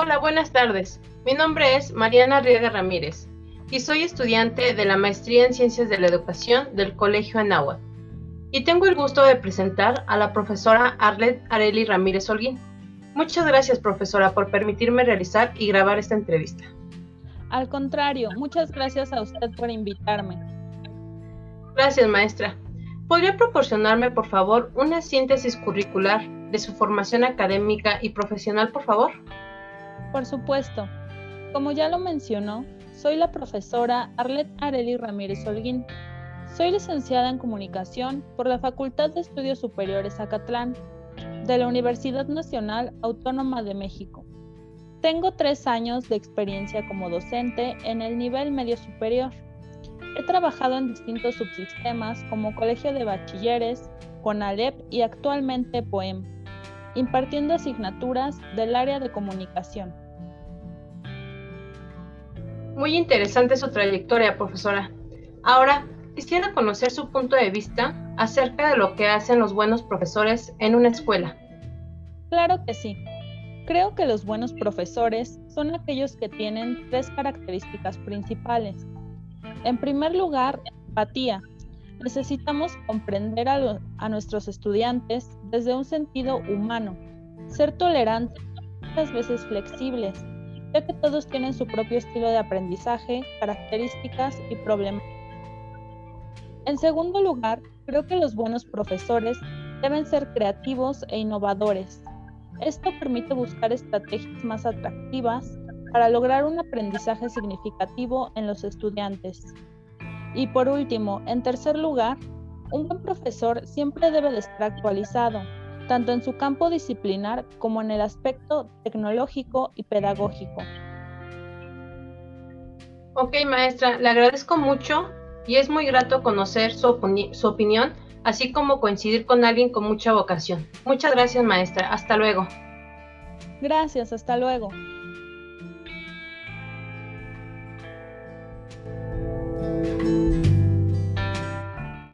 Hola, buenas tardes. Mi nombre es Mariana Riega Ramírez y soy estudiante de la Maestría en Ciencias de la Educación del Colegio Anáhuac. Y tengo el gusto de presentar a la profesora Arlet Arely Ramírez Holguín. Muchas gracias, profesora, por permitirme realizar y grabar esta entrevista. Al contrario, muchas gracias a usted por invitarme. Gracias, maestra. ¿Podría proporcionarme, por favor, una síntesis curricular de su formación académica y profesional, por favor? Por supuesto. Como ya lo mencionó, soy la profesora Arlet Arely Ramírez Holguín. Soy licenciada en Comunicación por la Facultad de Estudios Superiores Acatlán, de la Universidad Nacional Autónoma de México. Tengo 3 años de experiencia como docente en el nivel medio superior. He trabajado en distintos subsistemas como Colegio de Bachilleres, CONALEP y actualmente POEM, impartiendo asignaturas del área de comunicación. Muy interesante su trayectoria, profesora. Ahora, quisiera conocer su punto de vista acerca de lo que hacen los buenos profesores en una escuela. Claro que sí. Creo que los buenos profesores son aquellos que tienen 3 características principales. En primer lugar, empatía. Necesitamos comprender a nuestros estudiantes desde un sentido humano, ser tolerantes, muchas veces flexibles, ya que todos tienen su propio estilo de aprendizaje, características y problemas. En segundo lugar, creo que los buenos profesores deben ser creativos e innovadores. Esto permite buscar estrategias más atractivas para lograr un aprendizaje significativo en los estudiantes. Y por último, en tercer lugar, un buen profesor siempre debe de estar actualizado, tanto en su campo disciplinar como en el aspecto tecnológico y pedagógico. Ok, maestra, le agradezco mucho y es muy grato conocer su opinión, así como coincidir con alguien con mucha vocación. Muchas gracias, maestra. Hasta luego. Gracias, hasta luego.